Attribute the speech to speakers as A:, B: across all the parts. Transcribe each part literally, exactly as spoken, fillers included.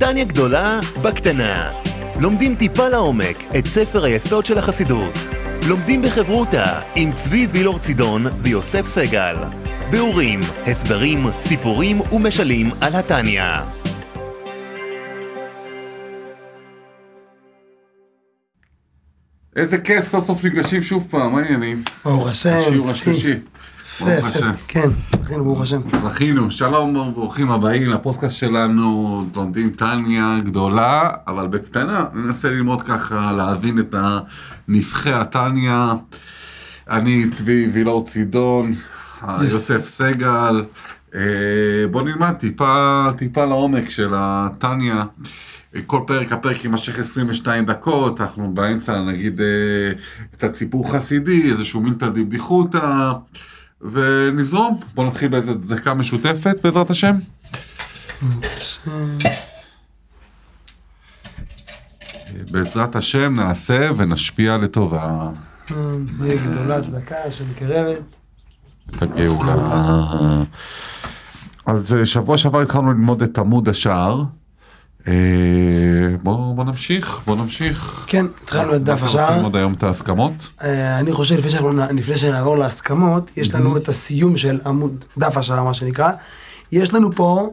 A: טניה גדולה בקטנה. לומדים טיפה לעומק את ספר היסוד של החסידות. לומדים בחברותה עם צבי וילור צידון ויוסף סגל. ביאורים, הסברים, סיפורים ומשלים על הטניה.
B: איזה כיף, סוף סוף נפגשים שוב פעם, מה העניינים?
C: ברוך השם.
B: השיעור השלישי. ברוך השם.
C: כן, זכינו, ברוך השם.
B: זכינו, שלום, ברוכים הבאים לפודקאסט שלנו, לומדים טניה גדולה, אבל בקטנה. ננסה ללמוד ככה, להבין את נבחי הטניה. אני צבי וילור צידון, יוסף סגל. בוא נלמד טיפה, טיפה לעומק של הטניה. כל פרק, הפרק יימשך עשרים ושתיים דקות, אנחנו באמצע נגיד קצת סיפור חסידי, איזשהו מילתא דבדיחותא, ונזרום. בוא נתחיל באיזו דקה משותפת בעזרת השם. בעזרת השם נעשה ונשפיע לטובה.
C: יהיה גדולה צדקה שמקרבת.
B: תגאולה. אז שבוע שעבר התחלנו ללמוד את עמוד השער. בוא, בוא נמשיך, בוא נמשיך.
C: כן, התחלנו את דף השער.
B: אנחנו רוצים עוד היום את ההסכמות.
C: אני חושב, לפני שאנחנו, לפני שנעבור להסכמות, יש לנו את הסיום של עמוד, דף השער, מה שנקרא. יש לנו פה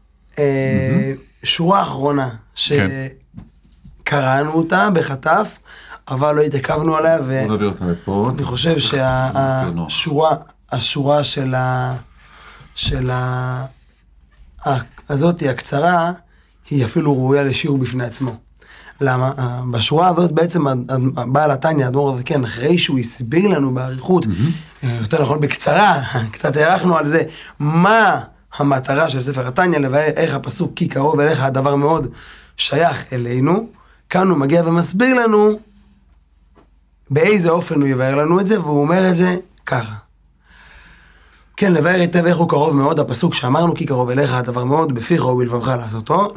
C: שורה אחרונה, שקראנו אותה בחטף, אבל לא התעכבנו עליה, ואני חושב שהשורה, השורה של ה... של ה... הזאת, הקצרה, היא אפילו ראויה לשיעור בפני עצמו. למה? בשורה הזאת בעצם בעל הטניה, האדמו"ר הזקן, אחרי שהוא הסביר לנו בעריכות, יותר נכון בקצרה, קצת הערכנו על זה, מה המטרה של ספר הטניה, לבאר איך הפסוק כי קרוב אליך, הדבר מאוד שייך אלינו, כאן הוא מגיע ומסביר לנו באיזה אופן הוא יבאר לנו את זה, והוא אומר את זה ככה. כן, לבאר היטב איך הוא קרוב מאוד, הפסוק שאמרנו כי קרוב אליך, הדבר מאוד בפיך ובלבבך לעשותו,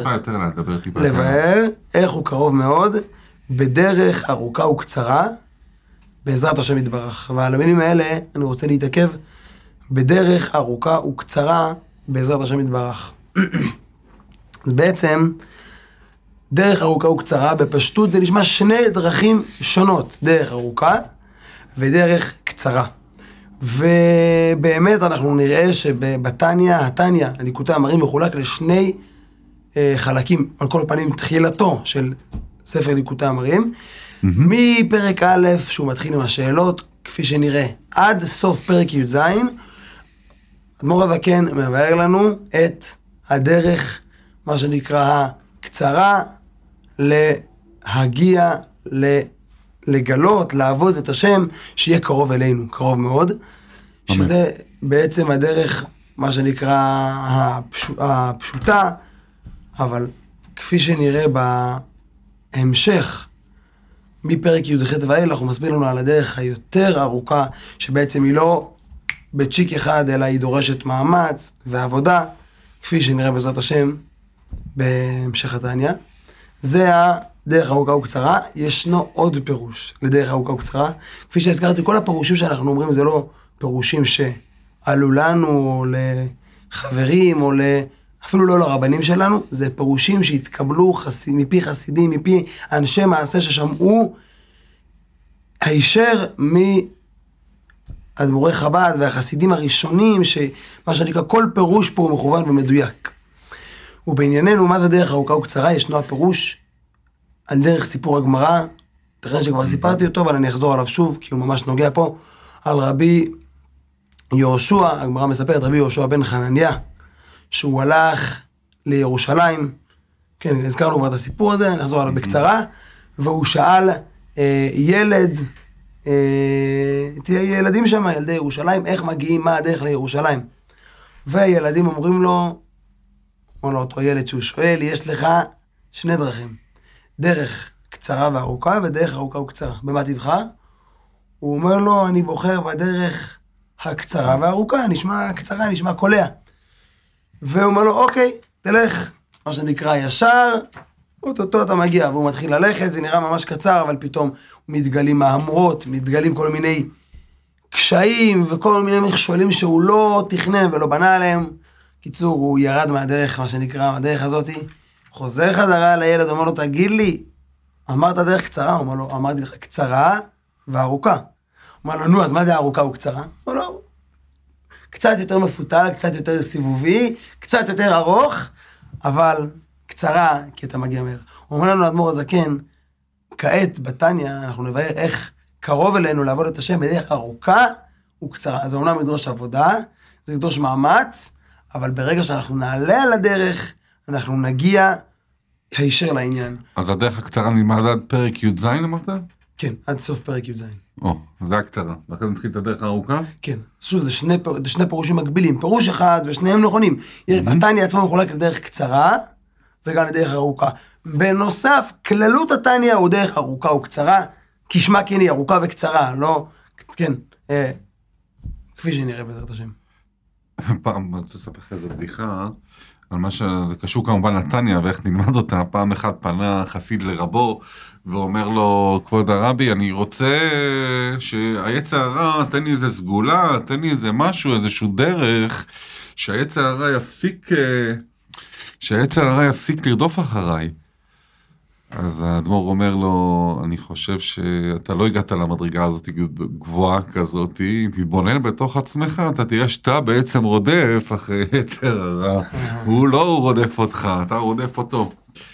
C: לבאר איך הוא קרוב מאוד, בדרך ארוכה וקצרה, בעזרת השם יתברך. ועל המילים האלה אני רוצה להתעכב, בדרך ארוכה וקצרה, בעזרת השם יתברך. אז בעצם, דרך ארוכה וקצרה, בפשטות זה נשמע שני דרכים שונות, דרך ארוכה ודרך קצרה. ובאמת אנחנו נראה שבטניה, הטניה, ליקוטי המאמרים מחולק לשני אה, חלקים, על כל פנים תחילתו של ספר ליקוטי המאמרים, mm-hmm. מפרק א' שהוא מתחיל עם השאלות, כפי שנראה, עד סוף פרק י"ז, האדמו"ר הזקן מבאר לנו את הדרך, מה שנקרא הקצרה, להגיע, לגלות, לעבוד את השם, שיהיה קרוב אלינו, קרוב מאוד, שזה בעצם הדרך, מה שנקרא הפשוט, הפשוטה, אבל כפי שנראה בהמשך, מפרק י"ח ואילך, הוא מסביר לנו על הדרך היותר ארוכה, שבעצם היא לא בצ'יק אחד, אלא היא דורשת מאמץ ועבודה, כפי שנראה בעזרת השם בהמשך הטניה. זה ה... דרך ארוכה וקצרה, ישנו עוד פירוש לדרך ארוכה וקצרה. כפי שהזכרתי, כל הפירושים שאנחנו אומרים זה לא פירושים שעלו לנו, או לחברים, או אפילו לא לרבנים שלנו, זה פירושים שהתקבלו חסיד, מפי חסידים, מפי אנשי מעשה ששמעו הישר מאדמו"רי חב"ד והחסידים הראשונים, שמה שנקרא כל פירוש פה הוא מכוון ומדויק. ובענייננו, מה זה דרך ארוכה וקצרה? ישנו הפירוש על דרך סיפור הגמרא, תכן שכבר סיפרתי אותו, אבל אני אחזור עליו שוב, כי הוא ממש נוגע פה, על רבי יהושע, הגמרא מספרת, רבי יהושע בן חנניה, שהוא הלך לירושלים, כן, הזכרנו כבר את הסיפור הזה, נחזור עליו בקצרה, והוא שאל אה, ילד, אה, תהיה ילדים שם, ילדי ירושלים, איך מגיעים, מה הדרך לירושלים? והילדים אומרים לו, אומר לו אותו ילד שהוא שואל, יש לך שני דרכים. דרך קצרה וארוכה, ודרך ארוכה וקצרה. במה תבחר? הוא אומר לו, אני בוחר בדרך הקצרה והארוכה, נשמע קצרה, נשמע קולע. והוא אומר לו, אוקיי, תלך, מה שנקרא ישר, אותו אתה מגיע, והוא מתחיל ללכת, זה נראה ממש קצר, אבל פתאום מתגלים מהמורות, מתגלים כל מיני קשיים, וכל מיני מכשולים שהוא לא תכנן ולא בנה עליהם. קיצור, הוא ירד מהדרך, מה שנקרא, מהדרך הזאת, חוזר חזרה לילד, אומר לו, תגיד לי, אמרת דרך קצרה? הוא אומר לו, אמרתי לך, קצרה וארוכה. הוא אומר לו, נו, אז מה זה ארוכה וקצרה? הוא אומר לו, קצת יותר מפותל, קצת יותר סיבובי, קצת יותר ארוך, אבל קצרה, כי אתה מגיע מהר. הוא אומר לנו, אדמו"ר הזקן, כעת בתניה, אנחנו נבהר איך קרוב אלינו לעבוד את השם בדרך ארוכה וקצרה. זה אומנם מדרוש עבודה, זה מדרוש מאמץ, אבל ברגע שאנחנו נעלה על הדרך, אנחנו נגיע הישר לעניין.
B: אז הדרך הקצרה נלמד עד פרק י"ז אמרת?
C: כן, עד סוף פרק י"ז.
B: או, זה הקצרה. ואחרי נתחיל את הדרך הארוכה?
C: כן. שוב, זה שני, זה שני פירושים מקבילים. פירוש אחד ושניהם נכונים. התניה עצמו מחולק לדרך קצרה, וגם לדרך ארוכה. בנוסף, כללות התניה הוא דרך ארוכה וקצרה, כשמה כן היא ארוכה וקצרה, לא, כן, אה, כפי שנראה בעזרת השם.
B: פעם, אני תספר איזה בדיחה, על מה שזה קשור כמובן לתניה ואיך נלמד אותה. פעם אחד פנה חסיד לרבו, ואומר לו, כבוד הרבי, אני רוצה שהיצר הרע, תן לי איזה סגולה, תן לי איזה משהו, איזשהו דרך, שהיצר הרע יפסיק, שהיצר הרע יפסיק לרדוף אחריי. אז האדמו"ר אומר לו, אני חושב שאתה לא הגעת למדרגה הזאת גבוהה כזאת, תתבונן בתוך עצמך, אתה תראה שאתה בעצם רודף אחרי יצר הרע. הוא לא הוא רודף אותך, אתה רודף אותו.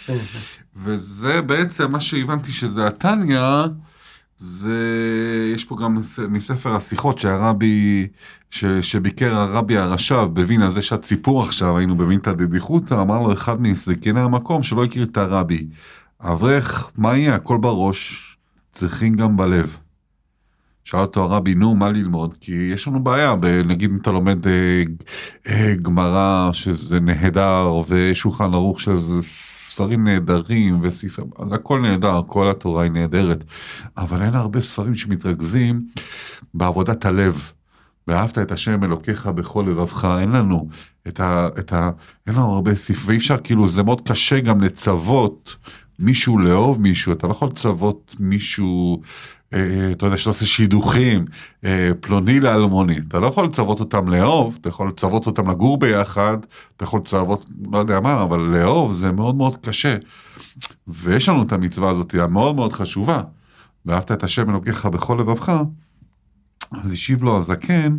B: וזה בעצם מה שהבנתי שזה התניה, זה, יש פה גם מספר השיחות שהרבי, ש, שביקר הרבי הרש"ב בווינה, זה שהציפור עכשיו, היינו בווינתא דדיחותא, אמר לו אחד מסזקני המקום שלא הכיר את הרבי. אברך, מה יהיה? הכל בראש, צריכים גם בלב. שאל אותו הרבי, נו, מה ללמוד? כי יש לנו בעיה, נגיד אם אתה לומד אה, אה, גמרא שזה נהדר, ושולחן ערוך שזה ספרים נהדרים, וספר, הכל נהדר, כל התורה היא נהדרת, אבל אין הרבה ספרים שמתרכזים בעבודת הלב. ואהבת את השם אלוקיך בכל לבבך, אין לנו את ה, את ה, אין לנו הרבה ספרים, ואי אפשר, כאילו זה מאוד קשה גם לצוות מישהו לאהוב מישהו, אתה לא יכול לצוות מישהו, אה, אתה יודע שאתה עושה שידוכים, אה, פלוני לאלמוני, אתה לא יכול לצוות אותם לאהוב, אתה יכול לצוות אותם לגור ביחד, אתה יכול לצוות, לא יודע מה, אבל לאהוב זה מאוד מאוד קשה, ויש לנו את המצווה הזאת, היא מאוד מאוד חשובה, ואהבת את השם אלוקיך בכל לבבך, אז השיב לו הזקן,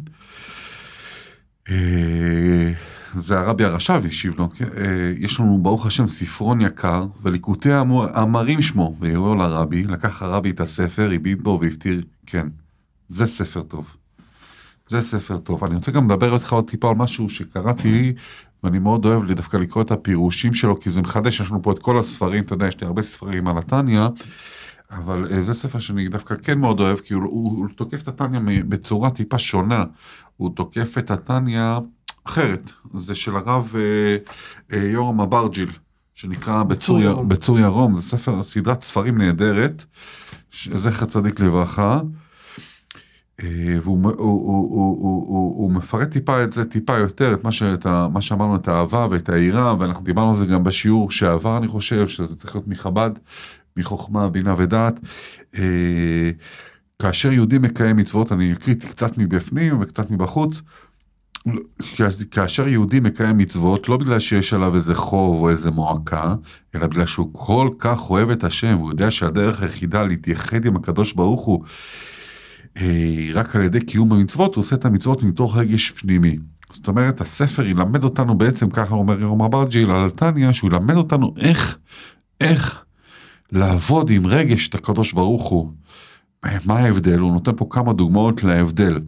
B: אה, זה הרבי הרש"ב השיב לו, יש לנו ברוך השם ספרון יקר, וליקוטי המרים שמו, ויראו לרבי, לקח הרבי את הספר, הביט בו והפטיר, כן, זה ספר טוב. זה ספר טוב. אני רוצה גם לדבר איתך עוד טיפה על משהו שקראתי, ואני מאוד אוהב לי דווקא לקרוא את הפירושים שלו, כי זה מחדש, יש לנו פה את כל הספרים, אתה יודע, יש לי הרבה ספרים על התניה, אבל זה ספר שאני דווקא כן מאוד אוהב, כי הוא, הוא, הוא תוקף את התניה בצורה טיפה שונה, הוא תוקף את התניה אחרת, זה של הרב אה, אה, יורם אברג'יל, שנקרא בצור, יר, בצור ירום, זה ספר, סדרת ספרים נהדרת, זכר צדיק לברכה, אה, והוא הוא, הוא, הוא, הוא, הוא, הוא מפרט טיפה את זה טיפה יותר, את מה, שאת ה, מה שאמרנו, את האהבה ואת העירה, ואנחנו דיברנו על זה גם בשיעור שעבר, אני חושב, שזה צריך להיות מחב"ד, מחוכמה, בינה ודעת, אה, כאשר יהודי מקיים מצוות, אני אקריא קצת מבפנים וקצת מבחוץ, כאשר יהודי מקיים מצוות, לא בגלל שיש עליו איזה חוב או איזה מועקה, אלא בגלל שהוא כל כך אוהב את השם, הוא יודע שהדרך היחידה להתייחד עם הקדוש ברוך הוא, רק על ידי קיום המצוות, הוא עושה את המצוות מתוך רגש פנימי. זאת אומרת, הספר ילמד אותנו בעצם, ככה אומר יורם אברג'יל על התניה, שהוא ילמד אותנו איך, איך לעבוד עם רגש את הקדוש ברוך הוא. מה ההבדל? הוא נותן פה כמה דוגמאות להבדל.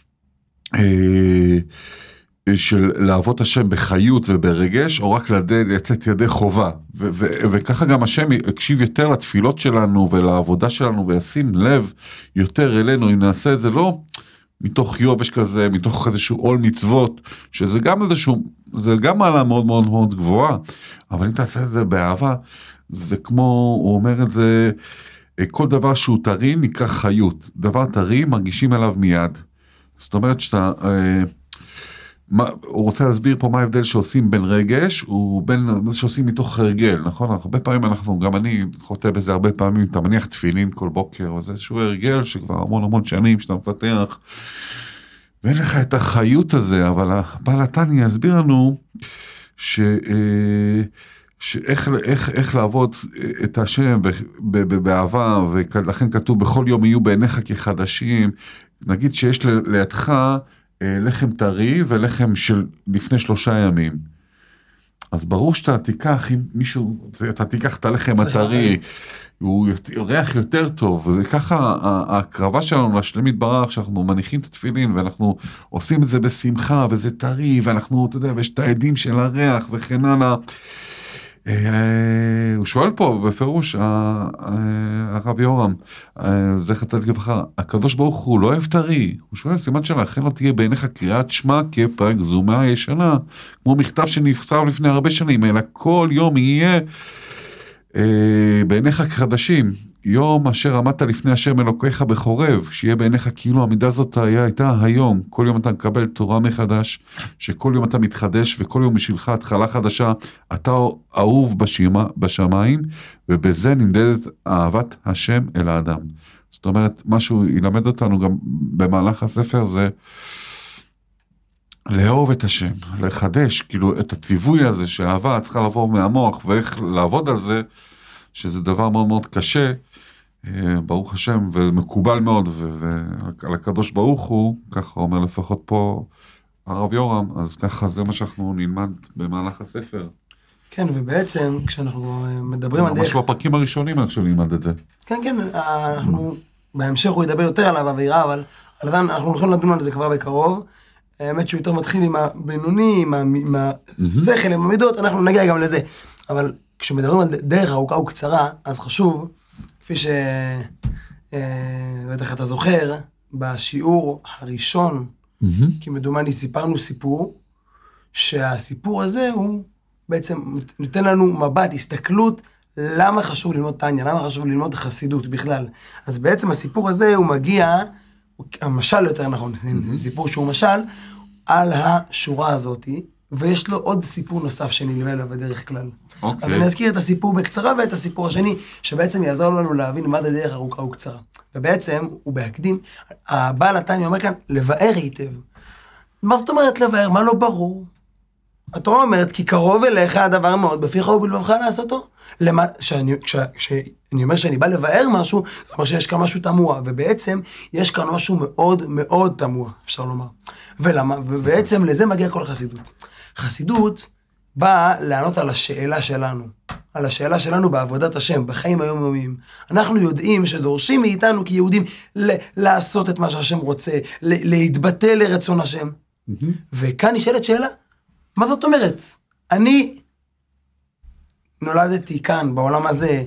B: של לעבוד השם בחיות וברגש, או רק לצאת ידי חובה, ו- ו- וככה גם השם יקשיב יותר לתפילות שלנו ולעבודה שלנו, וישים לב יותר אלינו, אם נעשה את זה לא מתוך יובש כזה, מתוך איזשהו עול מצוות, שזה גם איזשהו, זה גם מעלה מאוד מאוד מאוד גבוהה, אבל אם תעשה את זה באהבה, זה כמו, הוא אומר את זה, כל דבר שהוא טרי נקרא חיות, דבר טרי מרגישים עליו מיד, זאת אומרת שאתה, אה, מה, הוא רוצה להסביר פה מה ההבדל שעושים בין רגש, ובין שעושים מתוך הרגל, נכון? הרבה פעמים אנחנו, גם אני חוטא בזה הרבה פעמים, אתה מניח תפילין כל בוקר, וזה איזשהו הרגל שכבר המון המון שנים שאתה מפתח, ואין לך את החיות הזה, אבל בעל התניא יסביר לנו, ש, אה, שאיך, איך, איך לעבוד את השם באהבה, ולכן כתוב, בכל יום יהיו בעיניך כחדשים, נגיד שיש לידך לחם טרי, ולחם של לפני שלושה ימים. אז ברור שאתה תיקח, אם מישהו, אתה תיקח את הלחם הטרי, הוא ריח יותר טוב, וככה ההקרבה שלנו לשלם יתברך, שאנחנו מניחים את התפילין, ואנחנו עושים את זה בשמחה, וזה טרי, ואנחנו, אתה יודע, ויש את העדים של הריח, וכן הלאה. הוא שואל פה בפירוש, הרב יורם, זכר צדיק לברכה, הקדוש ברוך הוא לא אוהב טרי, הוא שואל, סימן שלה, לכן לא תהיה בעיניך קריאת שמע כפר גזומה ישנה, כמו מכתב שנכתב לפני הרבה שנים, אלא כל יום יהיה בעיניך כחדשים, יום אשר עמדת לפני השם אלוקיך בחורב, שיהיה בעיניך כאילו המידה הזאת הייתה היום, כל יום אתה מקבל תורה מחדש, שכל יום אתה מתחדש, וכל יום בשבילך התחלה חדשה, אתה אהוב בשימה, בשמיים, ובזה נמדדת אהבת השם אל האדם. זאת אומרת, משהו ילמד אותנו גם במהלך הספר, זה לאהוב את השם, לחדש, כאילו את הציווי הזה, שהאהבה צריכה לבוא מהמוח, ואיך לעבוד על זה, שזה דבר מאוד מאוד קשה, ברוך השם, ומקובל מאוד, ועל הקדוש ברוך הוא, ככה אומר לפחות פה הרב יורם, אז ככה זה מה שאנחנו נלמד במהלך הספר.
C: כן, ובעצם כשאנחנו מדברים על דרך...
B: ממש בפרקים הראשונים אנחנו נלמד את זה.
C: כן, כן, אנחנו, בהמשך הוא ידבר יותר עליו, אבירה, אבל אנחנו הולכים לדון על זה כבר בקרוב. האמת שהוא יותר מתחיל עם הבינוני, עם השכל, עם המידות, אנחנו נגיע גם לזה. אבל כשמדברים על דרך ארוכה וקצרה, אז חשוב, כפי ש... בטח אתה זוכר, בשיעור הראשון, כי מדומני סיפרנו סיפור, שהסיפור הזה הוא בעצם נותן לנו מבט, הסתכלות, למה חשוב ללמוד טניה, למה חשוב ללמוד חסידות בכלל. אז בעצם הסיפור הזה הוא מגיע, המשל יותר נכון, סיפור שהוא משל, על השורה הזאת, ויש לו עוד סיפור נוסף שנלווה אליו בדרך כלל. Okay. אז אני אזכיר את הסיפור בקצרה ואת הסיפור השני, שבעצם יעזור לנו להבין מה זה דרך ארוכה וקצרה. ובעצם, הוא בהקדים, הבעל התניא אומר כאן, לבאר היטב. מה זאת אומרת לבאר? מה לא ברור? התורה אומרת, כי קרוב אליך הדבר מאוד, בפיך ובלבבך לעשותו. למה, שאני, כש, כשאני אומר שאני בא לבאר משהו, זאת אומרת שיש כאן משהו תמוה, ובעצם יש כאן משהו מאוד מאוד תמוה, אפשר לומר. ולמה? ובעצם לזה מגיע כל חסידות. חסידות באה לענות על השאלה שלנו, על השאלה שלנו בעבודת השם, בחיים היומיומיים. אנחנו יודעים שדורשים מאיתנו כיהודים ל- לעשות את מה שהשם רוצה, ל- להתבטא לרצון השם. Mm-hmm. וכאן נשאלת שאלה, מה זאת אומרת? אני נולדתי כאן, בעולם הזה,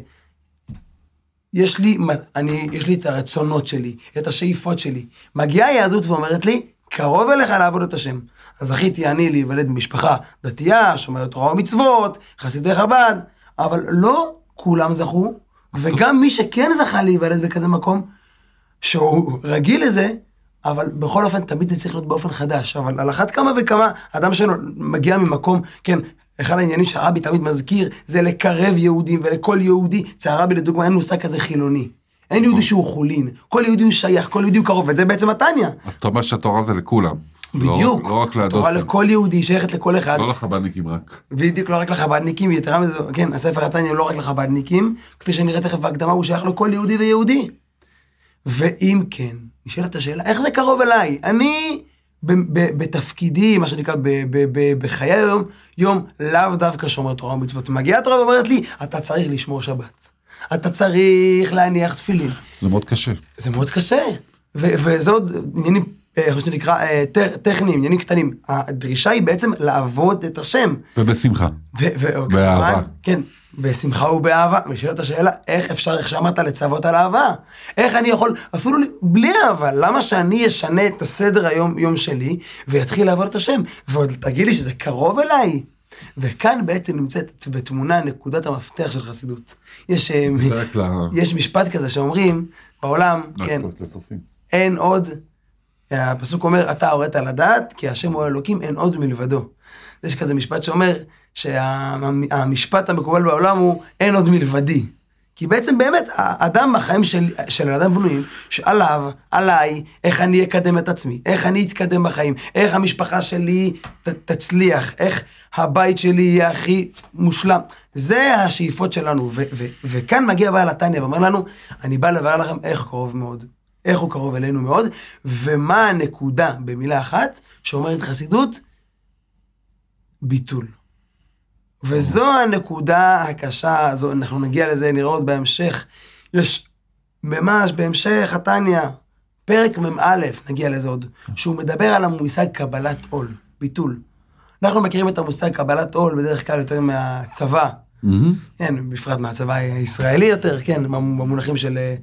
C: יש לי, אני, יש לי את הרצונות שלי, את השאיפות שלי. מגיעה היהדות ואומרת לי, קרוב אליך לעבוד את השם. אז זכיתי אני להיוולד במשפחה דתייה, שומרת תורה ומצוות, חסידי חב"ד, אבל לא כולם זכו, וגם מי שכן זכה להיוולד בכזה מקום, שהוא רגיל לזה, אבל בכל אופן תמיד זה צריך להיות באופן חדש. אבל על אחת כמה וכמה, אדם שמגיע ממקום, כן, אחד העניינים שהרבי תמיד מזכיר, זה לקרב יהודים, ולכל יהודי, זה הרבי לדוגמה, אין מושג כזה חילוני. אין יהודי שהוא חולין, כל יהודי הוא שייך, כל יהודי הוא קרוב, וזה בעצם התניא.
B: אז אתה אומר שהתורה זה לכולם.
C: בדיוק.
B: לא, לא רק לאדוסים.
C: התורה לכל יהודי, שייכת לכל אחד.
B: לא לחב"דניקים רק.
C: בדיוק, לא רק לחב"דניקים, יתרה מזה, כן, הספר התניא לא רק לחב"דניקים, כפי שנראה תכף בהקדמה, הוא שייך לכל יהודי ויהודי. ואם כן, נשאלת השאלה, איך זה קרוב אליי? אני בתפקידי, מה שנקרא, בחיי היום, יום לאו דווקא שומר תורה ומצוות. מגיעה התורה ואומרת לי, אתה צריך לשמור שבת. אתה צריך להניח תפילין.
B: זה מאוד קשה.
C: זה מאוד קשה. וזה עוד עניינים, איך שנקרא, טכניים, עניינים קטנים. הדרישה היא בעצם לעבוד את השם.
B: ובשמחה.
C: באהבה. כן, בשמחה ובאהבה. ושאלת השאלה, איך אפשר, איך שאמרת לצוות על אהבה? איך אני יכול, אפילו בלי אהבה, למה שאני אשנה את הסדר היום יום שלי, ויתחיל לעבוד את השם? ועוד תגיד לי שזה קרוב אליי. וכאן בעצם נמצאת בתמונה נקודת המפתח של חסידות. יש, יש משפט כזה שאומרים, בעולם, כן, אין עוד, הפסוק אומר, אתה הורית לדעת, כי השם הוא אלוקים, אין עוד מלבדו. יש כזה משפט שאומר, שהמשפט המקובל בעולם הוא, אין עוד מלבדי. כי בעצם באמת, האדם, החיים של, של האדם בנויים, שעליו, עליי, איך אני אקדם את עצמי, איך אני אתקדם בחיים, איך המשפחה שלי ת, תצליח, איך הבית שלי יהיה הכי מושלם. זה השאיפות שלנו, ו- ו- וכאן מגיע בעל התניא ואומר לנו, אני בא לבאר לכם איך קרוב מאוד, איך הוא קרוב אלינו מאוד, ומה הנקודה במילה אחת שאומרת חסידות, ביטול. וזו הנקודה הקשה, זו, אנחנו נגיע לזה, נראה עוד בהמשך, יש ממש בהמשך התניא, פרק מ"א, נגיע לזה עוד, שהוא מדבר על המושג קבלת עול, ביטול. אנחנו מכירים את המושג קבלת עול בדרך כלל יותר מהצבא, mm-hmm. כן, בפרט מהצבא הישראלי יותר, כן, במונחים של... אה,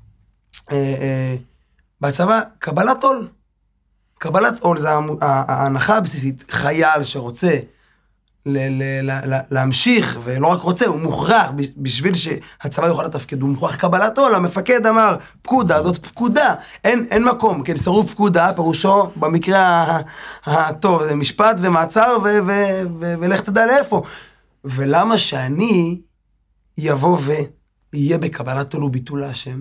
C: אה, בצבא, קבלת עול. קבלת עול זה ההנחה הבסיסית, חייל שרוצה ל- ל- ל- להמשיך, ולא רק רוצה, הוא מוכרח, בשביל שהצבא יוכל לתפקד, הוא מוכרח קבלת עול, המפקד אמר, פקודה, זאת פקודה, אין, אין מקום, כן, סירוב פקודה, פירושו, במקרה הטוב, זה משפט ומעצר, ו- ו- ו- ולך תדע לאיפה. ולמה שאני יבוא ויהיה בקבלת עול וביטול להשם?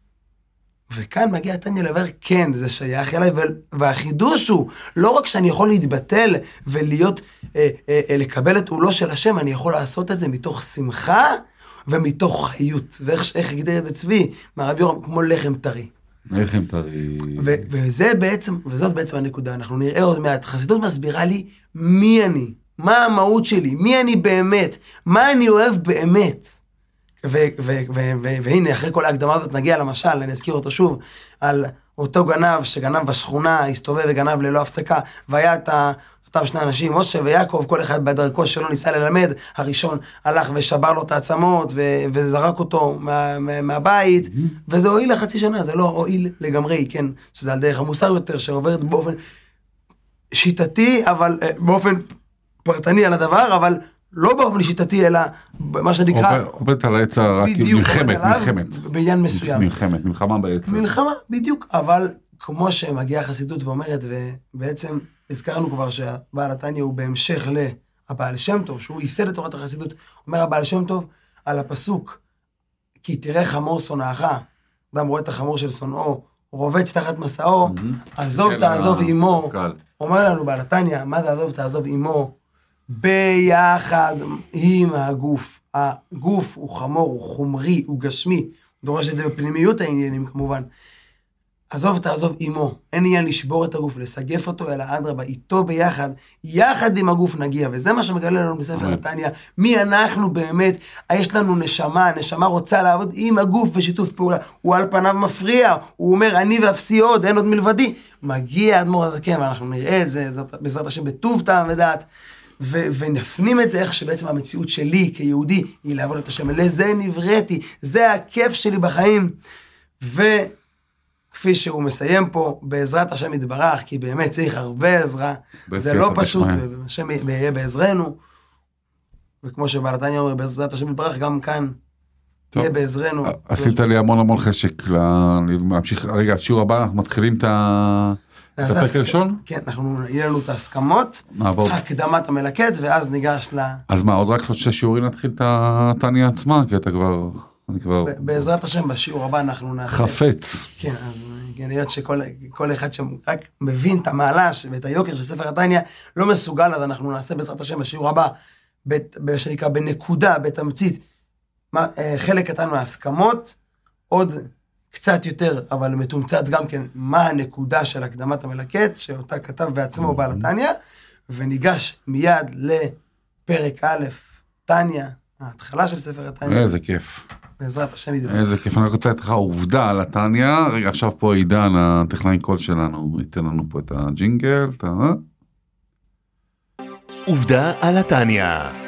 C: וכאן מגיע התניא לבאר, כן, זה שייך אליי, והחידוש הוא, לא רק שאני יכול להתבטל ולהיות, אה, אה, אה, לקבל את עולו של השם, אני יכול לעשות את זה מתוך שמחה ומתוך חיות. ואיך הגדיר את זה צבי, מהרב יורם, כמו לחם טרי.
B: לחם טרי.
C: ו- וזה בעצם, וזאת בעצם הנקודה, אנחנו נראה עוד מעט, חסידות מסבירה לי מי אני, מה המהות שלי, מי אני באמת, מה אני אוהב באמת. ו- ו- ו- ו- והנה, אחרי כל ההקדמה הזאת נגיע למשל, אני אזכיר אותו שוב, על אותו גנב שגנב בשכונה, הסתובב וגנב ללא הפסקה, והיה את אותם שני אנשים, משה ויעקב, כל אחד בדרכו שלו ניסה ללמד, הראשון הלך ושבר לו את העצמות, ו- וזרק אותו מה- מה- מהבית, וזה הועיל לחצי שנה, זה לא הועיל לגמרי, כן, שזה על דרך המוסר יותר, שעוברת באופן שיטתי, אבל באופן פרטני על הדבר, אבל לא באופן שיטתי, אלא מה שנקרא...
B: עובדת על היצר, נלחמת, נלחמת.
C: בעניין מסוים.
B: נלחמת, מלחמה ביצר.
C: מלחמה, בדיוק, אבל כמו שמגיעה החסידות ואומרת, ובעצם הזכרנו כבר שהבעל התניא הוא בהמשך לבעל שם טוב, שהוא ייסד את תורת החסידות, אומר הבעל שם טוב על הפסוק, כי תראה חמור שונאך, אדם רואה את החמור של שונאו, רובץ תחת מסעו, עזוב תעזוב עמו, אומר לנו בעל התניא, מה זה עזוב תעזוב עמו? ביחד עם הגוף. הגוף הוא חמור, הוא חומרי, הוא גשמי, דורש את זה בפנימיות העניינים כמובן. עזוב תעזוב עמו, אין עניין לשבור את הגוף, לסגף אותו, אלא אדרבה, איתו ביחד, יחד עם הגוף נגיע, וזה מה שמגלה לנו בספר התניא, מי אנחנו באמת, יש לנו נשמה, הנשמה רוצה לעבוד עם הגוף בשיתוף פעולה, הוא על פניו מפריע, הוא אומר אני ואפסי עוד, אין עוד מלבדי, מגיע אדמו"ר הזקן, ואנחנו נראה את זה, בעזרת השם בטוב טעם ודעת, ו- ונפנים את זה איך שבעצם המציאות שלי כיהודי היא לעבוד את השם, לזה נבראתי, זה הכיף שלי בחיים, וכפי שהוא מסיים פה, בעזרת השם יתברך, כי באמת צריך הרבה עזרה, זה לא פשוט, השם יהיה בעזרנו, וכמו שבעל התניא אומר, בעזרת השם יתברך, גם כאן יהיה בעזרנו.
B: עשית לי המון המון חשק להמשיך, רגע, שיעור הבא, אנחנו מתחילים את ה... את הפרק הראשון?
C: כן, אנחנו, יהיה לנו את ההסכמות, הקדמת המלקט, ואז ניגש ל... אז
B: מה, עוד רק שלושה שיעורים נתחיל את התניא עצמה, כי אתה כבר, אני כבר...
C: בעזרת השם, בשיעור הבא אנחנו נעשה...
B: חפץ.
C: כן, אז להיות שכל אחד שרק מבין את המעלה ואת היוקר של ספר התניא, לא מסוגל, אז אנחנו נעשה בעזרת השם בשיעור הבא, שנקרא בנקודה, בתמצית, חלק קטן מההסכמות, עוד... קצת יותר, אבל מתומצת גם כן, מה הנקודה של הקדמת המלקט, שאותה כתב בעצמו בעל התניא, וניגש מיד לפרק א', תניא, ההתחלה של ספר התניא.
B: איזה כיף.
C: בעזרת השם ידבר.
B: איזה כיף, אני רוצה לתת לך עובדה על התניא, רגע, עכשיו פה עידן, הטכנאי קול שלנו, ייתן לנו פה את הג'ינגל, אתה...
A: עובדה על התניא.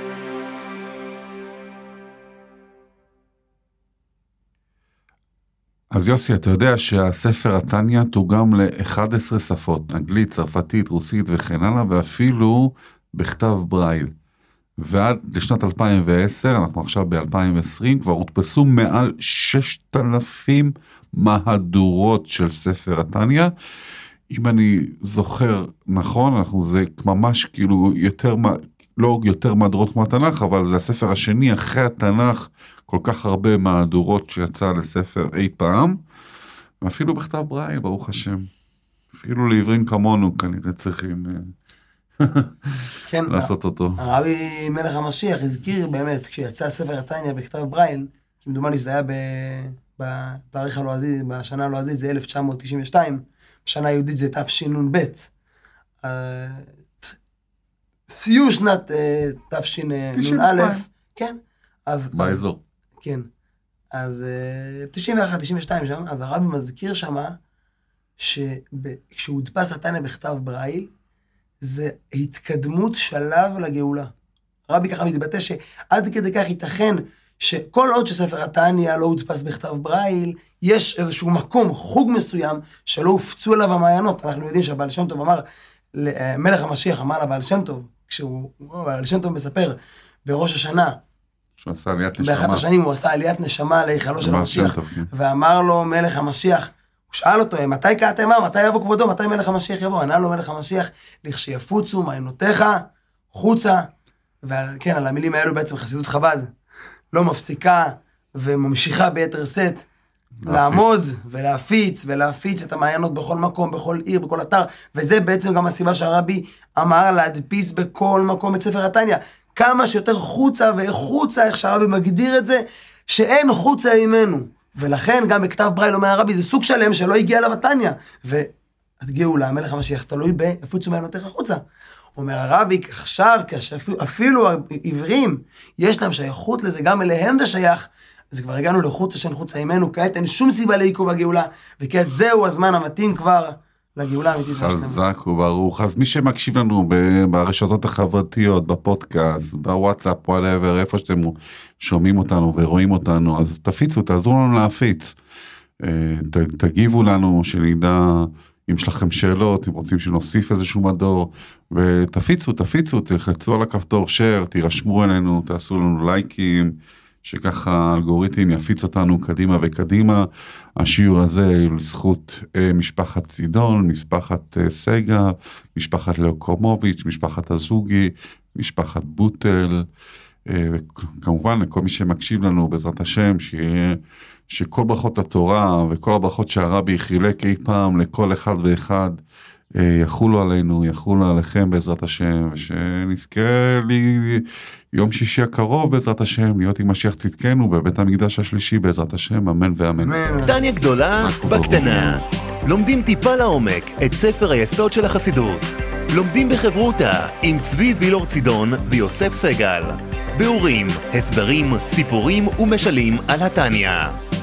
B: אז יוסי, אתה יודע שהספר התניא תורגם ל-אחת עשרה שפות, אנגלית, צרפתית, רוסית וכן הלאה, ואפילו בכתב ברייל. ועד לשנת אלפיים ועשר, אנחנו עכשיו ב-אלפיים ועשרים, כבר הודפסו מעל ששת אלפים מהדורות של ספר התניא. אם אני זוכר נכון, אנחנו זה ממש כאילו יותר, לא יותר מהדורות כמו התנ"ך, אבל זה הספר השני אחרי התנ"ך, כל כך הרבה מהדורות שיצא לספר אי פעם, ואפילו בכתב ברייל, ברוך השם. אפילו לעברים כמונו כנראה צריכים
C: כן,
B: לעשות אותו.
C: הרבי מלך המשיח הזכיר באמת, כשיצא ספר התניא בכתב ברייל, כמדומני שזה היה בתאריך הלועזי, בשנה הלועזית זה אלף תשע מאות תשעים ושתיים, בשנה היהודית זה תשנ"ב, סיום שנת תשנ"א, כן,
B: באזור.
C: כן, אז תשעים ואחת תשעים ושתיים שם, אז הרבי מזכיר שמה, שכשהוא הודפס התניא בכתב ברייל, זה התקדמות שלב לגאולה. רבי ככה מתבטא שעד כדי כך ייתכן שכל עוד שספר התניא לא הודפס בכתב ברייל, יש איזשהו מקום, חוג מסוים, שלא הופצו אליו המעיינות. אנחנו יודעים שהבעל שם טוב אמר, מלך המשיח אמר לבעל שם טוב, כשהוא, בעל שם טוב מספר בראש השנה,
B: שהוא עשה עליית נשמה.
C: באחת השנים הוא עשה עליית נשמה להיכלו של המשיח, ואמר לו מלך המשיח, הוא שאל אותו, מתי קראתם מה? מתי יבוא כבודו? מתי מלך המשיח יבוא? ענה לו מלך המשיח, לכשיפוצו מעיינותיך, חוצה. וכן, על המילים האלו בעצם חסידות חב"ד לא מפסיקה וממשיכה ביתר שאת לעמוד ולהפיץ ולהפיץ את המעיינות בכל מקום, בכל עיר, בכל אתר. וזה בעצם גם הסיבה שהרבי אמר להדפיס בכל מקום את ספר התניא. כמה שיותר חוצה וחוצה, איך שהרבי מגדיר את זה, שאין חוצה ממנו. ולכן גם בכתב ברייל אומר הרבי, זה סוג שלם שלא הגיע אליו התניא. והגאולה, המלך המשיח, תלוי ביפוצו מעיינותיך חוצה. אומר הרבי, עכשיו, אפילו העברים, יש להם שייכות לזה, גם אליהם זה שייך, אז כבר הגענו לחוצה שאין חוצה ממנו, כעת אין שום סיבה לעיכוב הגאולה, וכעת זהו הזמן המתאים כבר לגאולה האמיתית.
B: חזק וברוך. אז מי שמקשיב לנו ברשתות החברתיות, בפודקאסט, בוואטסאפ, whatever, איפה שאתם שומעים אותנו ורואים אותנו, אז תפיצו, תעזרו לנו להפיץ. תגיבו לנו, שנדע אם יש לכם שאלות, אם רוצים שנוסיף איזשהו מדור, ותפיצו, תפיצו, תלחצו על הכפתור share, תירשמו אלינו, תעשו לנו לייקים, שככה האלגוריתם יפיץ אותנו קדימה וקדימה. השיעור הזה הוא לזכות משפחת צידון, משפחת סגל, משפחת לאוקרמוביץ', משפחת הזוגי, משפחת בוטל, וכמובן לכל מי שמקשיב לנו בעזרת השם, שיהיה, שכל ברכות התורה וכל הברכות שהרבי חילק אי פעם לכל אחד ואחד, יחולו עלינו, יחולו עליכם בעזרת השם, ושנזכה לי יום שישי הקרוב בעזרת השם, להיות עם משיח צדקנו בבית המקדש השלישי בעזרת השם, אמן ואמן.
A: תניא גדולה בקטנה. לומדים טיפה לעומק את ספר היסוד של החסידות. לומדים בחברותה עם צבי וילור צידון ויוסף סגל. ביאורים, הסברים, סיפורים ומשלים על התניא.